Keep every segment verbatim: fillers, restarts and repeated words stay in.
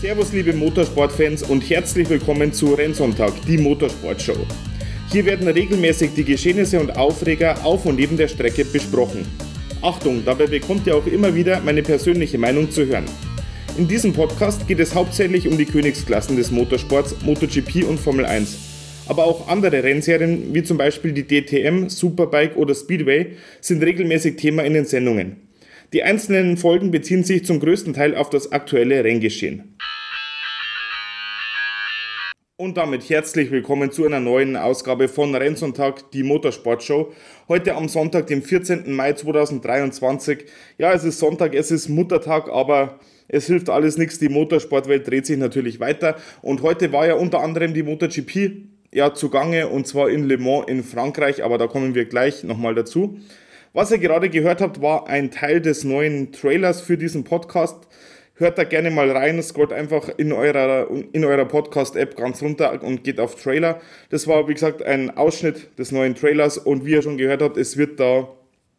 Servus liebe Motorsportfans und herzlich willkommen zu Rennsonntag, die Motorsportshow. Hier werden regelmäßig die Geschehnisse und Aufreger auf und neben der Strecke besprochen. Achtung, dabei bekommt ihr auch immer wieder meine persönliche Meinung zu hören. In diesem Podcast geht es hauptsächlich um die Königsklassen des Motorsports, MotoGP und Formel eins. Aber auch andere Rennserien, wie zum Beispiel die D T M, Superbike oder Speedway, sind regelmäßig Thema in den Sendungen. Die einzelnen Folgen beziehen sich zum größten Teil auf das aktuelle Renngeschehen. Und damit herzlich willkommen zu einer neuen Ausgabe von Rennsonntag, die Motorsportshow. Heute am Sonntag, dem vierzehnten Mai zweitausenddreiundzwanzig. Ja, es ist Sonntag, es ist Muttertag, aber es hilft alles nichts. Die Motorsportwelt dreht sich natürlich weiter. Und heute war ja unter anderem die MotoGP ja zugange, und zwar in Le Mans in Frankreich, aber da kommen wir gleich nochmal dazu. Was ihr gerade gehört habt, war ein Teil des neuen Trailers für diesen Podcast. Hört da gerne mal rein, scrollt einfach in eurer, in eurer Podcast-App ganz runter und geht auf Trailer. Das war, wie gesagt, ein Ausschnitt des neuen Trailers und wie ihr schon gehört habt, es wird da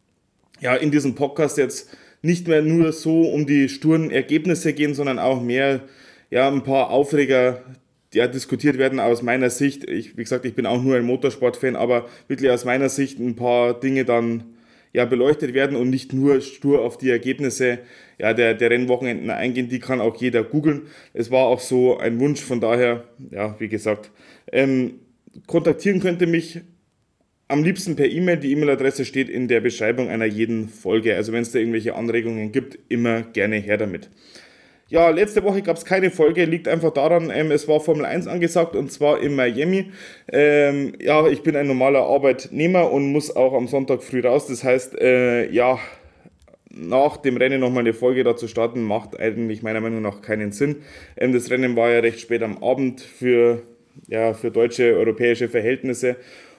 ja in diesem Podcast jetzt nicht mehr nur so um die sturen Ergebnisse gehen, sondern auch mehr ja, ein paar Aufreger ja, diskutiert werden aus meiner Sicht. Ich, wie gesagt, ich bin auch nur ein Motorsport-Fan, aber wirklich aus meiner Sicht ein paar Dinge dann ja, beleuchtet werden und nicht nur stur auf die Ergebnisse ja, der, der Rennwochenenden eingehen, die kann auch jeder googeln. Es war auch so ein Wunsch, von daher, ja, wie gesagt, ähm, kontaktieren könnt ihr mich am liebsten per E-Mail. Die E-Mail-Adresse steht in der Beschreibung einer jeden Folge. Also wenn es da irgendwelche Anregungen gibt, immer gerne her damit. Ja, letzte Woche gab es keine Folge, liegt einfach daran, ähm, es war Formel eins angesagt und zwar in Miami. Ähm, ja, ich bin ein normaler Arbeitnehmer und muss auch am Sonntag früh raus. Das heißt, äh, ja, nach dem Rennen nochmal eine Folge dazu starten, macht eigentlich meiner Meinung nach keinen Sinn. Ähm, das Rennen war ja recht spät am Abend für, ja, für deutsche, europäische Verhältnisse.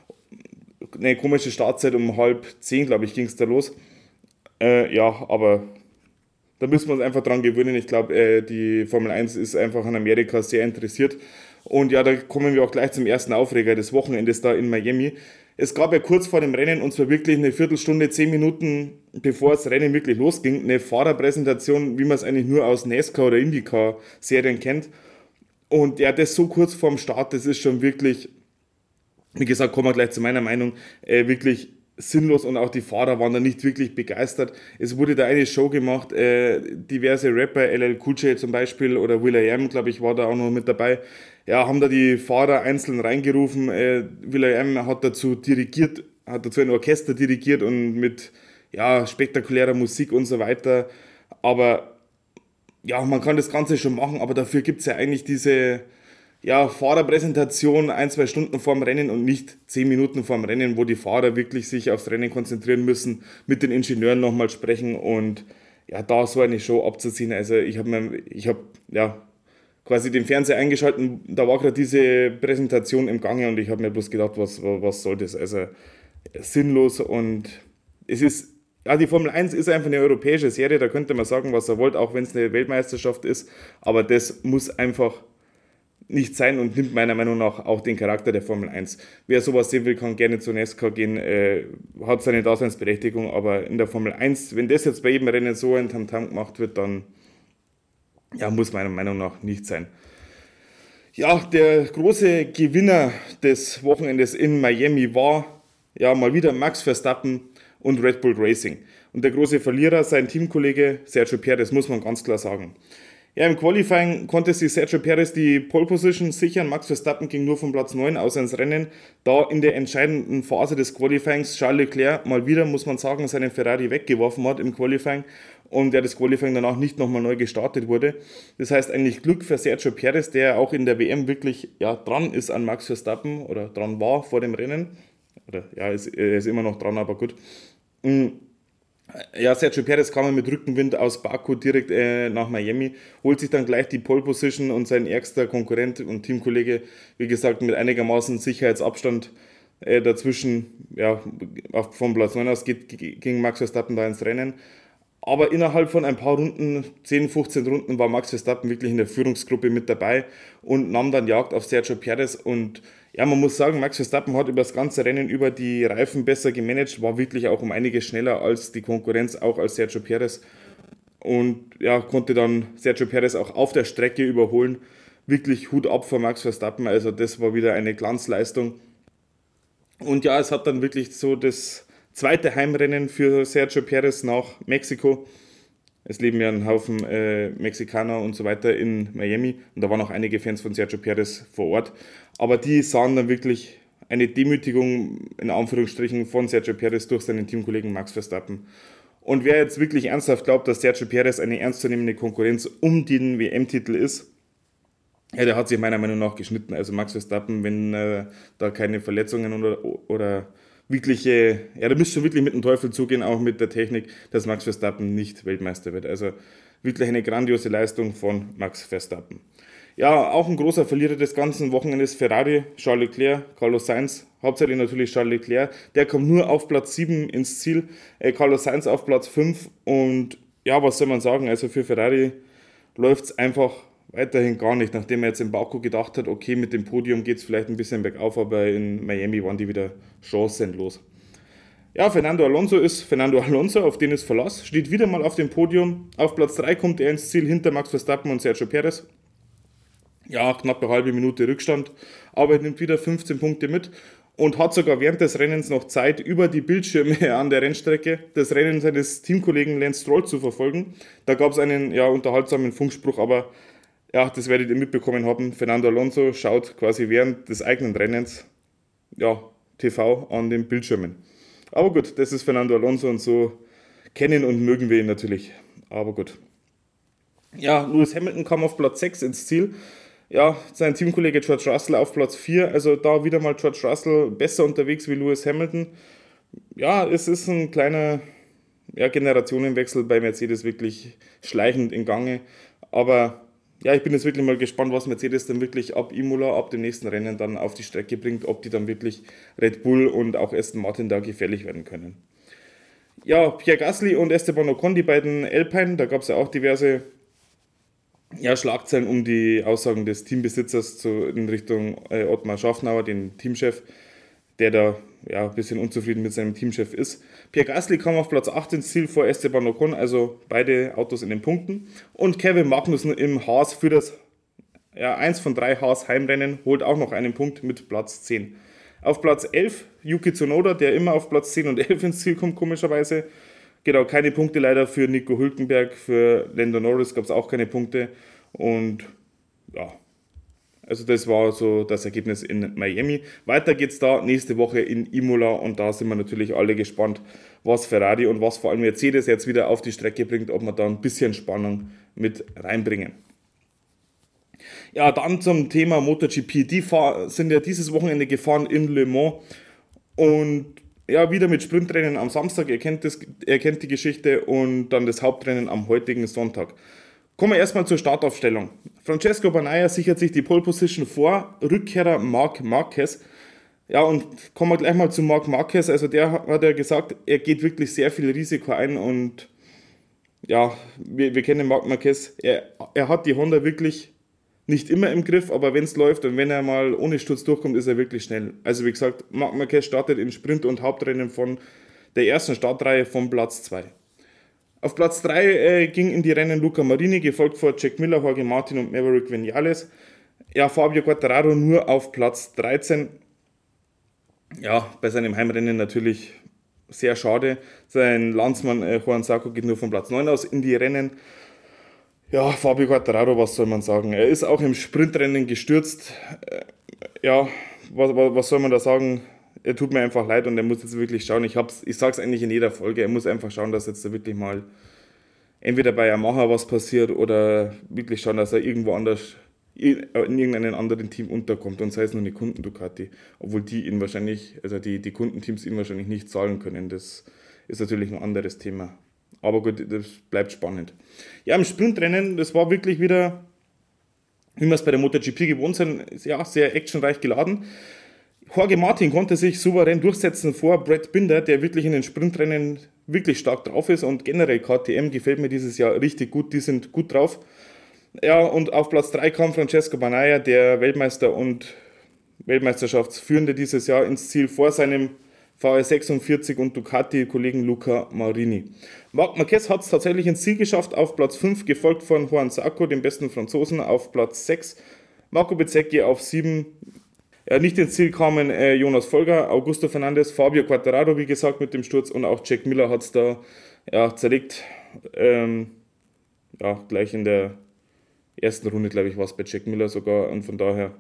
Eine komische Startzeit um halb zehn, glaube ich, ging es da los. Äh, ja, aber da müssen wir uns einfach dran gewöhnen. Ich glaube, äh, die Formel eins ist einfach an Amerika sehr interessiert. Und ja, da kommen wir auch gleich zum ersten Aufreger des Wochenendes da in Miami. Es gab ja kurz vor dem Rennen, und zwar wirklich eine Viertelstunde, zehn Minuten, bevor das Rennen wirklich losging, eine Fahrerpräsentation, wie man es eigentlich nur aus NASCAR oder IndyCar-Serien kennt. Und ja, das so kurz vorm Start, das ist schon wirklich, wie gesagt, kommen wir gleich zu meiner Meinung, äh, wirklich sinnlos und auch die Fahrer waren da nicht wirklich begeistert. Es wurde da eine Show gemacht, äh, diverse Rapper, L L Cool J zum Beispiel oder will.i.am, glaube ich, war da auch noch mit dabei, ja, haben da die Fahrer einzeln reingerufen. Äh, will.i.am hat dazu dirigiert, hat dazu ein Orchester dirigiert und mit ja, spektakulärer Musik und so weiter. Aber ja, man kann das Ganze schon machen, aber dafür gibt es ja eigentlich diese ja, Fahrerpräsentation ein, zwei Stunden vorm Rennen und nicht zehn Minuten vorm Rennen, wo die Fahrer wirklich sich aufs Rennen konzentrieren müssen, mit den Ingenieuren nochmal sprechen und ja, da so eine Show abzuziehen. Also ich habe mir, ich habe ja quasi den Fernseher eingeschaltet, da war gerade diese Präsentation im Gange und ich habe mir bloß gedacht, was, was soll das? Also sinnlos und es ist, ja, die Formel eins ist einfach eine europäische Serie, da könnte man sagen, was er wollt, auch wenn es eine Weltmeisterschaft ist, aber das muss einfach nicht sein und nimmt meiner Meinung nach auch den Charakter der Formel eins. Wer sowas sehen will, kann gerne zu NASCAR gehen, äh, hat seine Daseinsberechtigung, aber in der Formel eins, wenn das jetzt bei jedem Rennen so ein Tamtam gemacht wird, dann ja, muss meiner Meinung nach nicht sein. Ja, der große Gewinner des Wochenendes in Miami war ja mal wieder Max Verstappen und Red Bull Racing. Und der große Verlierer, sein Teamkollege Sergio Perez, muss man ganz klar sagen. Ja, im Qualifying konnte sich Sergio Perez die Pole Position sichern. Max Verstappen ging nur von Platz neun aus ins Rennen. Da in der entscheidenden Phase des Qualifyings Charles Leclerc mal wieder, muss man sagen, seinen Ferrari weggeworfen hat im Qualifying und der das Qualifying danach nicht nochmal neu gestartet wurde. Das heißt eigentlich Glück für Sergio Perez, der auch in der W M wirklich ja, dran ist an Max Verstappen oder dran war vor dem Rennen. Oder ja, er ist, er ist immer noch dran, aber gut. Ja, Sergio Perez kam mit Rückenwind aus Baku direkt äh, nach Miami, holt sich dann gleich die Pole Position und sein ärgster Konkurrent und Teamkollege, wie gesagt, mit einigermaßen Sicherheitsabstand äh, dazwischen, ja, vom Platz neun aus geht, ging Max Verstappen da ins Rennen. Aber innerhalb von ein paar Runden, zehn, fünfzehn Runden, war Max Verstappen wirklich in der Führungsgruppe mit dabei und nahm dann Jagd auf Sergio Perez. Und ja, man muss sagen, Max Verstappen hat über das ganze Rennen über die Reifen besser gemanagt, war wirklich auch um einiges schneller als die Konkurrenz, auch als Sergio Perez. und ja, konnte dann Sergio Perez auch auf der Strecke überholen. Wirklich Hut ab vor Max Verstappen, also das war wieder eine Glanzleistung. Und ja, es hat dann wirklich so das zweite Heimrennen für Sergio Perez nach Mexiko. Es leben ja ein Haufen äh, Mexikaner und so weiter in Miami und da waren auch einige Fans von Sergio Perez vor Ort. Aber die sahen dann wirklich eine Demütigung in Anführungsstrichen von Sergio Perez durch seinen Teamkollegen Max Verstappen. Und wer jetzt wirklich ernsthaft glaubt, dass Sergio Perez eine ernstzunehmende Konkurrenz um den W M-Titel ist, ja, der hat sich meiner Meinung nach geschnitten. Also Max Verstappen, wenn äh, da keine Verletzungen oder, oder wirkliche, ja, da müsste schon wirklich mit dem Teufel zugehen, auch mit der Technik, dass Max Verstappen nicht Weltmeister wird. Also wirklich eine grandiose Leistung von Max Verstappen. Ja, auch ein großer Verlierer des ganzen Wochenendes Ferrari, Charles Leclerc, Carlos Sainz, hauptsächlich natürlich Charles Leclerc, der kommt nur auf Platz sieben ins Ziel, äh, Carlos Sainz auf Platz fünf und ja, was soll man sagen, also für Ferrari läuft es einfach weiterhin gar nicht, nachdem er jetzt in Baku gedacht hat, okay, mit dem Podium geht es vielleicht ein bisschen bergauf, aber in Miami waren die wieder chancenlos. Ja, Fernando Alonso ist Fernando Alonso, auf den ist Verlass, steht wieder mal auf dem Podium, auf Platz drei kommt er ins Ziel hinter Max Verstappen und Sergio Perez. Ja, knappe halbe Minute Rückstand, aber er nimmt wieder fünfzehn Punkte mit und hat sogar während des Rennens noch Zeit, über die Bildschirme an der Rennstrecke das Rennen seines Teamkollegen Lance Stroll zu verfolgen. Da gab es einen ja, unterhaltsamen Funkspruch, aber ja, das werdet ihr mitbekommen haben. Fernando Alonso schaut quasi während des eigenen Rennens ja, T V an den Bildschirmen. Aber gut, das ist Fernando Alonso und so kennen und mögen wir ihn natürlich. Aber gut. Ja, Lewis Hamilton kam auf Platz sechs ins Ziel. Ja, sein Teamkollege George Russell auf Platz vier, also da wieder mal George Russell besser unterwegs wie Lewis Hamilton. Ja, es ist ein kleiner ja, Generationenwechsel bei Mercedes wirklich schleichend in Gange, aber ja, ich bin jetzt wirklich mal gespannt, was Mercedes dann wirklich ab Imola, ab dem nächsten Rennen dann auf die Strecke bringt, ob die dann wirklich Red Bull und auch Aston Martin da gefährlich werden können. Ja, Pierre Gasly und Esteban Ocon, die beiden Alpine, da gab es ja auch diverse ja, Schlagzeilen um die Aussagen des Teambesitzers zu, in Richtung äh, Ottmar Schaffnauer, den Teamchef, der da ja, ein bisschen unzufrieden mit seinem Teamchef ist. Pierre Gasly kam auf Platz acht ins Ziel vor Esteban Ocon, also beide Autos in den Punkten. Und Kevin Magnussen im Haas für das ja, eins von drei Haas Heimrennen holt auch noch einen Punkt mit Platz zehn. Auf Platz elf Yuki Tsunoda, der immer auf Platz zehn und elf ins Ziel kommt, komischerweise. Genau, keine Punkte leider für Nico Hülkenberg, für Lando Norris gab es auch keine Punkte. Und ja, also das war so das Ergebnis in Miami. Weiter geht's da nächste Woche in Imola und da sind wir natürlich alle gespannt, was Ferrari und was vor allem Mercedes jetzt wieder auf die Strecke bringt, ob wir da ein bisschen Spannung mit reinbringen. Ja, dann zum Thema MotoGP. Die fahr- sind ja dieses Wochenende gefahren in Le Mans und ja, wieder mit Sprintrennen am Samstag, ihr kennt, das, ihr kennt die Geschichte und dann das Hauptrennen am heutigen Sonntag. Kommen wir erstmal zur Startaufstellung. Francesco Bagnaia sichert sich die Pole Position vor, Rückkehrer Marc Marquez. Ja, und kommen wir gleich mal zu Marc Marquez. Also der hat ja gesagt, er geht wirklich sehr viel Risiko ein und ja, wir, wir kennen Marc Marquez. Er, er hat die Honda wirklich nicht immer im Griff, aber wenn es läuft und wenn er mal ohne Sturz durchkommt, ist er wirklich schnell. Also wie gesagt, Marc Marquez startet in Sprint- und Hauptrennen von der ersten Startreihe von Platz zwei. Auf Platz drei äh, ging in die Rennen Luca Marini, gefolgt von Jack Miller, Jorge Martin und Maverick Vinales. Ja, Fabio Quartararo nur auf Platz dreizehn. Ja, bei seinem Heimrennen natürlich sehr schade. Sein Landsmann äh, Juan Sarko geht nur von Platz neun aus in die Rennen. Ja, Fabio Quartararo, was soll man sagen? Er ist auch im Sprintrennen gestürzt. Äh, ja, was, was, was soll man da sagen? Er tut mir einfach leid und er muss jetzt wirklich schauen. Ich, hab's, ich sage es eigentlich in jeder Folge. Er muss einfach schauen, dass jetzt da wirklich mal entweder bei Yamaha was passiert oder wirklich schauen, dass er irgendwo anders in irgendeinem anderen Team unterkommt und sei es nur eine Kunden-Ducati. Obwohl die ihn wahrscheinlich, also die, die Kundenteams ihn wahrscheinlich nicht zahlen können. Das ist natürlich ein anderes Thema. Aber gut, das bleibt spannend. Ja, im Sprintrennen, das war wirklich wieder, wie wir es bei der MotoGP gewohnt sind, ja, sehr actionreich geladen. Jorge Martin konnte sich souverän durchsetzen vor Brad Binder, der wirklich in den Sprintrennen wirklich stark drauf ist und generell K T M gefällt mir dieses Jahr richtig gut, die sind gut drauf. Ja, und auf Platz drei kam Francesco Bagnaia, der Weltmeister und Weltmeisterschaftsführende dieses Jahr ins Ziel vor seinem V R sechsundvierzig und Ducati-Kollegen Luca Marini. Marc Marquez hat es tatsächlich ins Ziel geschafft, auf Platz fünf, gefolgt von Juan Zarco, dem besten Franzosen, auf Platz sechs. Marco Bezzecchi auf sieben. Ja, nicht ins Ziel kamen äh, Jonas Folger, Augusto Fernandes, Fabio Quartararo, wie gesagt, mit dem Sturz, und auch Jack Miller hat es da ja, zerlegt. Ähm, ja, gleich in der ersten Runde, glaube ich, war es bei Jack Miller sogar, und von daher,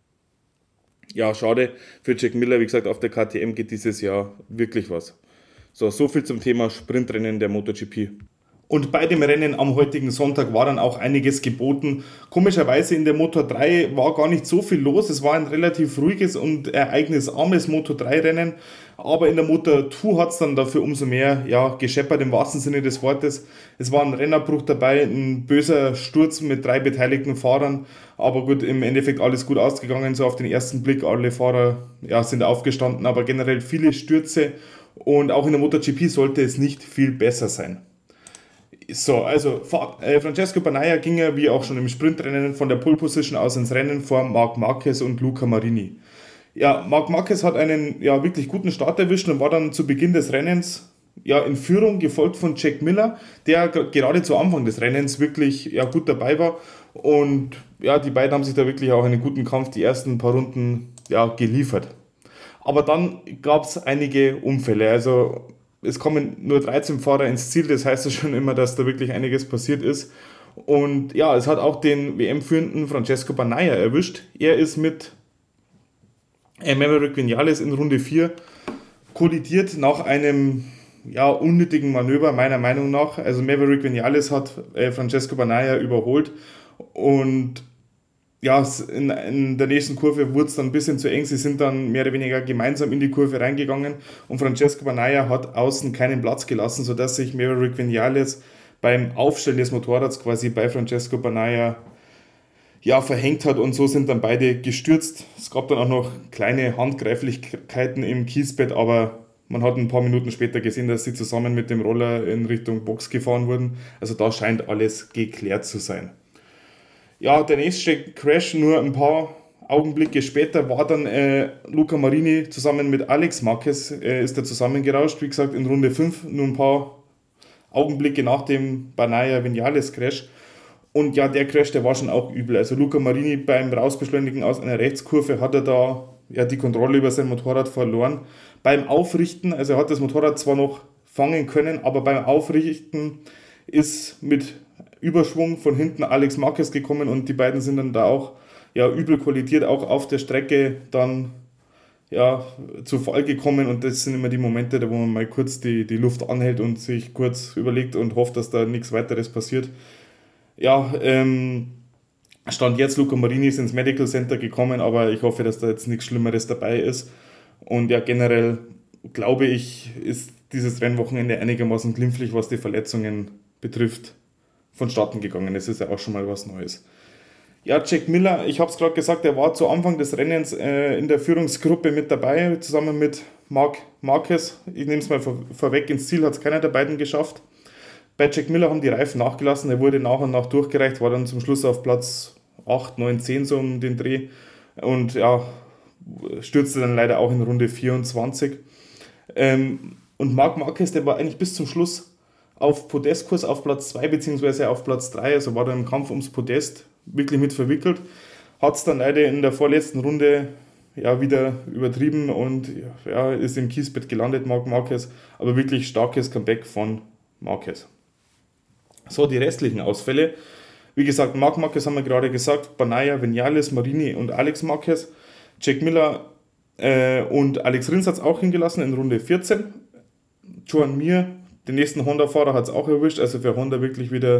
ja, schade für Jack Miller. Wie gesagt, auf der K T M geht dieses Jahr wirklich was. So, so viel zum Thema Sprintrennen der MotoGP. Und bei dem Rennen am heutigen Sonntag war dann auch einiges geboten. Komischerweise in der Moto drei war gar nicht so viel los. Es war ein relativ ruhiges und ereignisarmes Moto drei Rennen. Aber in der Moto zwei hat es dann dafür umso mehr ja, gescheppert im wahrsten Sinne des Wortes. Es war ein Rennabbruch dabei, ein böser Sturz mit drei beteiligten Fahrern. Aber gut, im Endeffekt alles gut ausgegangen, so auf den ersten Blick. Alle Fahrer ja, sind aufgestanden, aber generell viele Stürze. Und auch in der MotoGP sollte es nicht viel besser sein. So, also äh, Francesco Bagnaia ging ja, wie auch schon im Sprintrennen, von der Pole Position aus ins Rennen vor Marc Marquez und Luca Marini. Ja, Marc Marquez hat einen ja, wirklich guten Start erwischt und war dann zu Beginn des Rennens ja, in Führung, gefolgt von Jack Miller, der g- gerade zu Anfang des Rennens wirklich ja, gut dabei war. Und ja, die beiden haben sich da wirklich auch einen guten Kampf die ersten paar Runden ja, geliefert. Aber dann gab es einige Unfälle, also es kommen nur dreizehn Fahrer ins Ziel, das heißt ja schon immer, dass da wirklich einiges passiert ist. Und ja, es hat auch den W M-Führenden Francesco Bagnaia erwischt. Er ist mit äh, Maverick Vinales in Runde vier kollidiert nach einem ja, unnötigen Manöver, meiner Meinung nach. Also Maverick Vinales hat äh, Francesco Bagnaia überholt und ja, in, in der nächsten Kurve wurde es dann ein bisschen zu eng. Sie sind dann mehr oder weniger gemeinsam in die Kurve reingegangen und Francesco Bagnaia hat außen keinen Platz gelassen, sodass sich Maverick Vinales beim Aufstellen des Motorrads quasi bei Francesco Bagnaia ja, verhängt hat, und so sind dann beide gestürzt. Es gab dann auch noch kleine Handgreiflichkeiten im Kiesbett, aber man hat ein paar Minuten später gesehen, dass sie zusammen mit dem Roller in Richtung Box gefahren wurden. Also da scheint alles geklärt zu sein. Ja, der nächste Crash, nur ein paar Augenblicke später, war dann äh, Luca Marini zusammen mit Alex Marquez, äh, ist er zusammengerauscht, wie gesagt in Runde fünf, nur ein paar Augenblicke nach dem Bagnaia Vinales Crash. Und ja, der Crash, der war schon auch übel. Also Luca Marini beim Rausbeschleunigen aus einer Rechtskurve hat er da ja, die Kontrolle über sein Motorrad verloren. Beim Aufrichten, also er hat das Motorrad zwar noch fangen können, aber beim Aufrichten ist mit Überschwung von hinten Alex Marquez gekommen und die beiden sind dann da auch ja, übel kollidiert, auch auf der Strecke dann ja, zu Fall gekommen, und das sind immer die Momente, wo man mal kurz die, die Luft anhält und sich kurz überlegt und hofft, dass da nichts weiteres passiert. Ja, ähm, Stand jetzt, Luca Marini ist ins Medical Center gekommen, aber ich hoffe, dass da jetzt nichts Schlimmeres dabei ist. Und ja, generell glaube ich, ist dieses Rennwochenende einigermaßen glimpflich, was die Verletzungen betrifft, vonstatten gegangen. Das ist ja auch schon mal was Neues. Ja, Jack Miller, ich habe es gerade gesagt, er war zu Anfang des Rennens äh, in der Führungsgruppe mit dabei, zusammen mit Marc Marquez. Ich nehme es mal vor, vorweg, ins Ziel hat es keiner der beiden geschafft. Bei Jack Miller haben die Reifen nachgelassen, er wurde nach und nach durchgereicht, war dann zum Schluss auf Platz acht, neun, zehn so um den Dreh und ja, stürzte dann leider auch in Runde vierundzwanzig. Ähm, und Marc Marquez, der war eigentlich bis zum Schluss auf Podestkurs auf Platz zwei bzw. auf Platz drei, also war da im Kampf ums Podest wirklich mit verwickelt, hat es dann leider in der vorletzten Runde ja, wieder übertrieben und ja, ist im Kiesbett gelandet, Marc Marquez, aber wirklich starkes Comeback von Marquez. So, die restlichen Ausfälle, wie gesagt, Marc Marquez haben wir gerade gesagt, Bagnaia, Vinales, Marini und Alex Marquez, Jack Miller äh, und Alex Rins hat es auch hingelassen in Runde vierzehn, Joan Mir, den nächsten Honda-Fahrer, hat es auch erwischt, also für Honda wirklich wieder,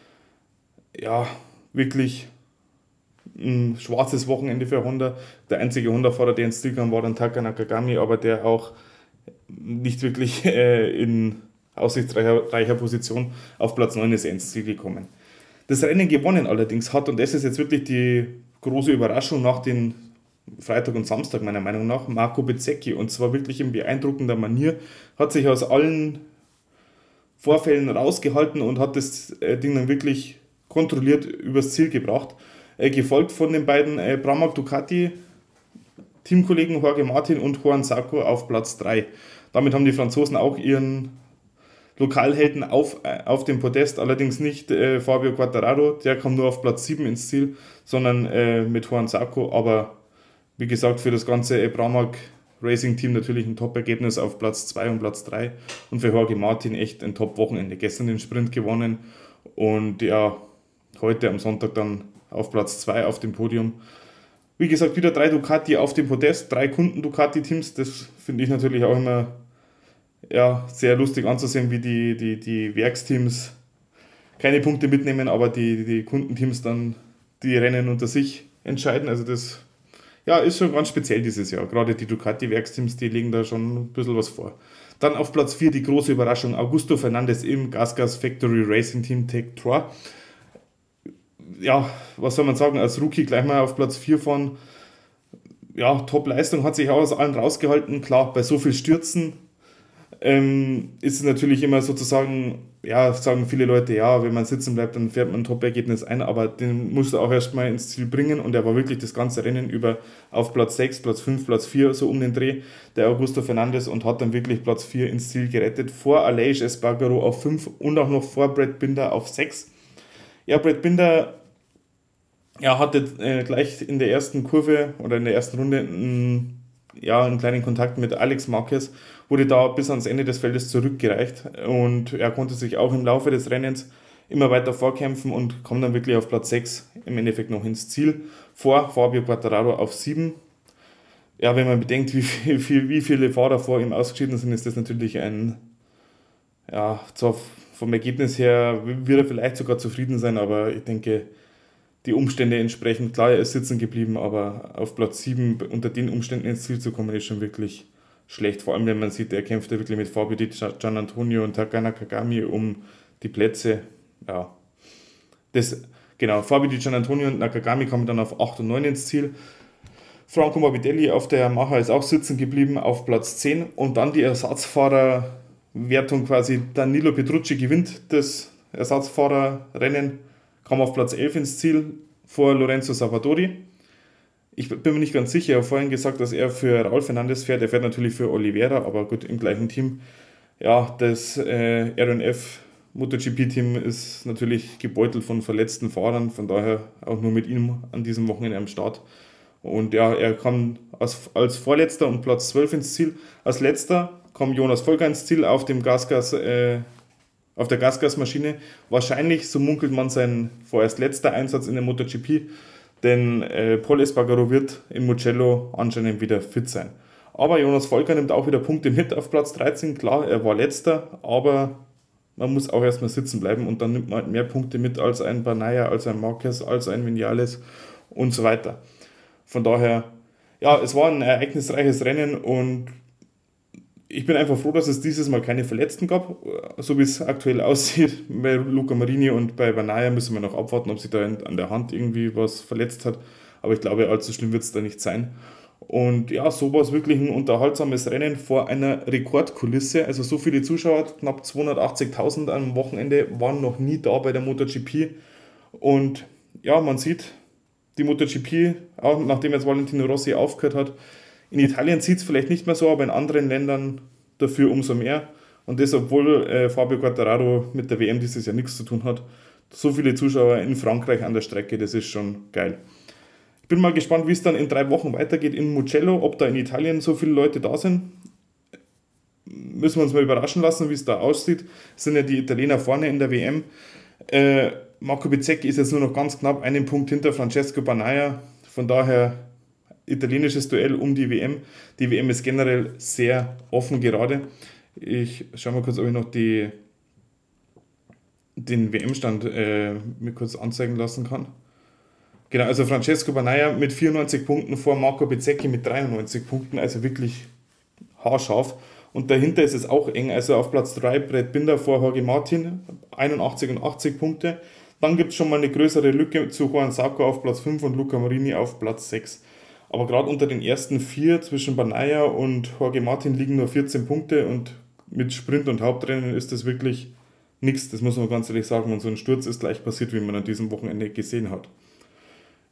ja, wirklich ein schwarzes Wochenende für Honda. Der einzige Honda-Fahrer, der ins Ziel kam, war dann Taka Nakagami, aber der auch nicht wirklich äh, in aussichtsreicher Position auf Platz neun ist er ins Ziel gekommen. Das Rennen gewonnen allerdings hat, und das ist jetzt wirklich die große Überraschung nach den Freitag und Samstag meiner Meinung nach, Marco Bezzecchi, und zwar wirklich in beeindruckender Manier, hat sich aus allen Vorfällen rausgehalten und hat das Ding dann wirklich kontrolliert übers Ziel gebracht. Äh, gefolgt von den beiden äh, Pramac Ducati Teamkollegen Jorge Martin und Juan Sarko auf Platz drei. Damit haben die Franzosen auch ihren Lokalhelden auf, äh, auf dem Podest, allerdings nicht äh, Fabio Quartararo, der kam nur auf Platz sieben ins Ziel, sondern äh, mit Juan Sarko, aber wie gesagt für das ganze äh, Pramac Racing Team natürlich ein Top-Ergebnis auf Platz zwei und Platz drei und für Jorge Martin echt ein Top-Wochenende. Gestern den Sprint gewonnen und ja, heute am Sonntag dann auf Platz zwei auf dem Podium. Wie gesagt, wieder drei Ducati auf dem Podest, drei Kunden-Ducati-Teams, das finde ich natürlich auch immer ja, sehr lustig anzusehen, wie die, die, die Werksteams keine Punkte mitnehmen, aber die, die Kundenteams dann die Rennen unter sich entscheiden. Also das ja, ist schon ganz speziell dieses Jahr. Gerade die Ducati-Werksteams, die legen da schon ein bisschen was vor. Dann auf Platz vier die große Überraschung, Augusto Fernandez im GasGas Factory Racing Team Tech drei. Ja, was soll man sagen, als Rookie gleich mal auf Platz vier fahren. Ja, Top-Leistung, hat sich auch aus allen rausgehalten. Klar, bei so viel Stürzen ähm, ist es natürlich immer sozusagen, ja, sagen viele Leute, ja, wenn man sitzen bleibt, dann fährt man ein Top-Ergebnis ein, aber den musst du auch erstmal ins Ziel bringen und er war wirklich das ganze Rennen über auf Platz sechs, Platz fünf, Platz vier, so um den Dreh, der Augusto Fernandez und hat dann wirklich Platz vier ins Ziel gerettet, vor Aleix Espargaro auf fünf und auch noch vor Brad Binder auf sechs. Ja, Brad Binder ja, hatte äh, gleich in der ersten Kurve oder in der ersten Runde einen, ja, einen kleinen Kontakt mit Alex Marquez, wurde da bis ans Ende des Feldes zurückgereicht und er konnte sich auch im Laufe des Rennens immer weiter vorkämpfen und kam dann wirklich auf Platz sechs im Endeffekt noch ins Ziel, vor Fabio Quartararo auf sieben. Ja, wenn man bedenkt, wie, viel, wie viele Fahrer vor ihm ausgeschieden sind, ist das natürlich ein, ja, zwar vom Ergebnis her wird er vielleicht sogar zufrieden sein, aber ich denke, die Umstände entsprechend, klar, er ist sitzen geblieben, aber auf Platz sieben unter den Umständen ins Ziel zu kommen, ist schon wirklich schlecht. Vor allem, wenn man sieht, er kämpft ja wirklich mit Fabio Di Giannantonio und Taka Nakagami um die Plätze. Ja, das, genau, Fabio Di Giannantonio und Nakagami kamen dann auf acht und neun ins Ziel. Franco Morbidelli auf der Yamaha ist auch sitzen geblieben auf Platz zehn und dann die Ersatzfahrerwertung quasi. Danilo Petrucci gewinnt das Ersatzfahrerrennen, kam auf Platz elf ins Ziel vor Lorenzo Savadori. Ich bin mir nicht ganz sicher, ich habe vorhin gesagt, dass er für Raul Fernandez fährt. Er fährt natürlich für Oliveira, aber gut, im gleichen Team. Ja, das äh, R N F MotoGP-Team ist natürlich gebeutelt von verletzten Fahrern, von daher auch nur mit ihm an diesem Wochenende am Start. Und ja, er kam als, als Vorletzter und Platz zwölf ins Ziel. Als Letzter kam Jonas Folger ins Ziel auf dem Gasgas, äh, auf der Gasgasmaschine. Wahrscheinlich, so munkelt man, sein vorerst letzter Einsatz in der MotoGP, denn äh, Pol Espargaro wird in Mugello anscheinend wieder fit sein. Aber Jonas Folger nimmt auch wieder Punkte mit auf Platz dreizehn. Klar, er war letzter, aber man muss auch erstmal sitzen bleiben und dann nimmt man halt mehr Punkte mit als ein Bagnaia, als ein Marquez, als ein Vinales und so weiter. Von daher, ja, es war ein ereignisreiches Rennen und ich bin einfach froh, dass es dieses Mal keine Verletzten gab, so wie es aktuell aussieht. Bei Luca Marini und bei Bagnaia müssen wir noch abwarten, ob sich da an der Hand irgendwie was verletzt hat. Aber ich glaube, allzu schlimm wird es da nicht sein. Und ja, so war es wirklich ein unterhaltsames Rennen vor einer Rekordkulisse. Also so viele Zuschauer, knapp zweihundertachtzigtausend am Wochenende, waren noch nie da bei der MotoGP. Und ja, man sieht, die MotoGP, auch nachdem jetzt Valentino Rossi aufgehört hat, in Italien sieht es vielleicht nicht mehr so, aber in anderen Ländern dafür umso mehr. Und das, obwohl äh, Fabio Quartararo mit der W M dieses Jahr nichts zu tun hat. So viele Zuschauer in Frankreich an der Strecke, das ist schon geil. Ich bin mal gespannt, wie es dann in drei Wochen weitergeht in Mugello, ob da in Italien so viele Leute da sind. Müssen wir uns mal überraschen lassen, wie es da aussieht. Es sind ja die Italiener vorne in der W M. Äh, Marco Bezzecchi ist jetzt nur noch ganz knapp einen Punkt hinter Francesco Bagnaia. Von daher italienisches Duell um die W M. Die W M ist generell sehr offen gerade. Ich schaue mal kurz, ob ich noch die, den W M-Stand äh, mir kurz anzeigen lassen kann. Genau, also Francesco Bagnaia mit vierundneunzig Punkten vor Marco Bezzecchi mit dreiundneunzig Punkten, also wirklich haarscharf. Und dahinter ist es auch eng, also auf Platz drei Brad Binder vor Jorge Martin, einundachtzig und achtzig Punkte. Dann gibt es schon mal eine größere Lücke zu Juan Sarko auf Platz fünf und Luca Marini auf Platz sechs. Aber gerade unter den ersten vier zwischen Bagnaia und Jorge Martin liegen nur vierzehn Punkte und mit Sprint und Hauptrennen ist das wirklich nichts, das muss man ganz ehrlich sagen. Und so ein Sturz ist gleich passiert, wie man an diesem Wochenende gesehen hat.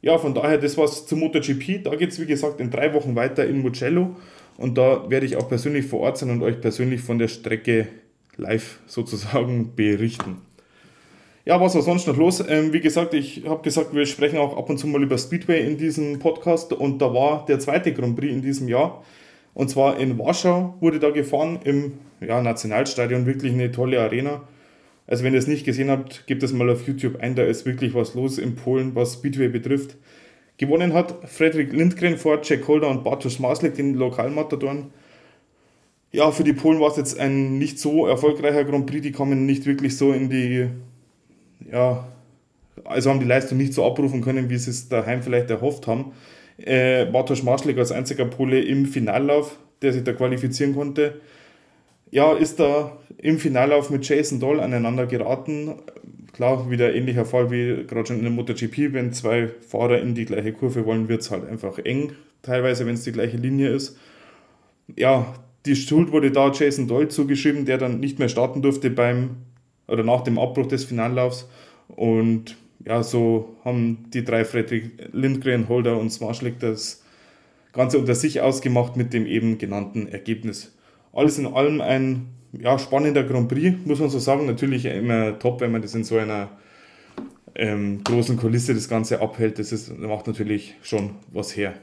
Ja, von daher, das war's zum MotoGP. Da geht es, wie gesagt, in drei Wochen weiter in Mugello. Und da werde ich auch persönlich vor Ort sein und euch persönlich von der Strecke live sozusagen berichten. Ja, was war sonst noch los? Ähm, wie gesagt, ich habe gesagt, wir sprechen auch ab und zu mal über Speedway in diesem Podcast. Und da war der zweite Grand Prix in diesem Jahr. Und zwar in Warschau wurde da gefahren im ja, Nationalstadion. Wirklich eine tolle Arena. Also wenn ihr es nicht gesehen habt, gebt es mal auf YouTube ein. Da ist wirklich was los in Polen, was Speedway betrifft. Gewonnen hat Frederik Lindgren vor Jack Holder und Bartosz Maslik, den Lokalmatadoren. Ja, für die Polen war es jetzt ein nicht so erfolgreicher Grand Prix. Die kamen nicht wirklich so in die... Ja, also haben die Leistung nicht so abrufen können, wie sie es daheim vielleicht erhofft haben. Äh, Bartosz Maslik als einziger Pole im Finallauf, der sich da qualifizieren konnte. Ja, ist da im Finallauf mit Jason Doll aneinander geraten. Klar, wieder ähnlicher Fall wie gerade schon in der MotoGP. Wenn zwei Fahrer in die gleiche Kurve wollen, wird es halt einfach eng. Teilweise, wenn es die gleiche Linie ist. Ja, die Schuld wurde da Jason Doll zugeschrieben, der dann nicht mehr starten durfte beim oder nach dem Abbruch des Finallaufs. Und ja, so haben die drei Frederik Lindgren, Holder und Maslik das Ganze unter sich ausgemacht mit dem eben genannten Ergebnis. Alles in allem ein ja, spannender Grand Prix, muss man so sagen. Natürlich immer top, wenn man das in so einer ähm, großen Kulisse das Ganze abhält. Das ist, macht natürlich schon was her.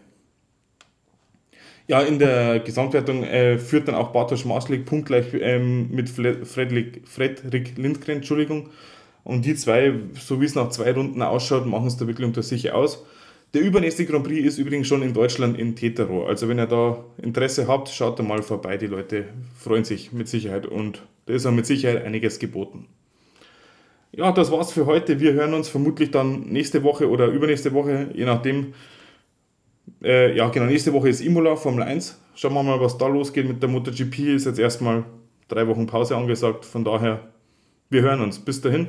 Ja, in der Gesamtwertung äh, führt dann auch Bartosz Maslik punktgleich ähm, mit Frederik, Frederik Lindgren, Entschuldigung. Und die zwei, so wie es nach zwei Runden ausschaut, machen es da wirklich unter sich aus. Der übernächste Grand Prix ist übrigens schon in Deutschland in Tetero. Also wenn ihr da Interesse habt, schaut da mal vorbei. Die Leute freuen sich mit Sicherheit und da ist auch mit Sicherheit einiges geboten. Ja, das war's für heute. Wir hören uns vermutlich dann nächste Woche oder übernächste Woche, je nachdem. Äh, ja, genau, nächste Woche ist Imola, Formel eins. Schauen wir mal, was da losgeht mit der MotoGP. Ist jetzt erstmal drei Wochen Pause angesagt. Von daher, wir hören uns. Bis dahin.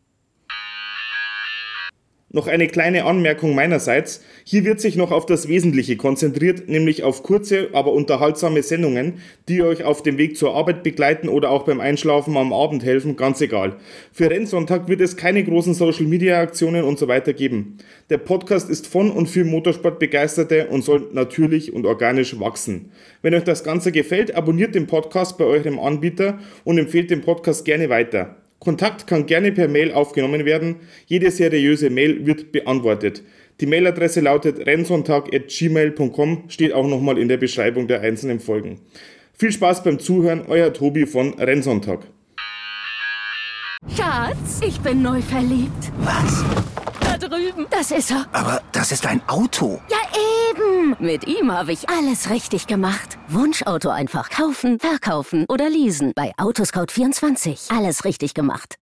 Noch eine kleine Anmerkung meinerseits. Hier wird sich noch auf das Wesentliche konzentriert, nämlich auf kurze, aber unterhaltsame Sendungen, die euch auf dem Weg zur Arbeit begleiten oder auch beim Einschlafen am Abend helfen, ganz egal. Für Rennsonntag wird es keine großen Social-Media-Aktionen und so weiter geben. Der Podcast ist von und für Motorsportbegeisterte und soll natürlich und organisch wachsen. Wenn euch das Ganze gefällt, abonniert den Podcast bei eurem Anbieter und empfehlt den Podcast gerne weiter. Kontakt kann gerne per Mail aufgenommen werden. Jede seriöse Mail wird beantwortet. Die Mailadresse lautet rennsonntag at gmail punkt com, steht auch nochmal in der Beschreibung der einzelnen Folgen. Viel Spaß beim Zuhören, euer Tobi von Rennsonntag. Schatz, ich bin neu verliebt. Was? Da drüben. Das ist er. Aber das ist ein Auto. Ja, eben. Mit ihm habe ich alles richtig gemacht. Wunschauto einfach kaufen, verkaufen oder leasen. Bei Autoscout vierundzwanzig. Alles richtig gemacht.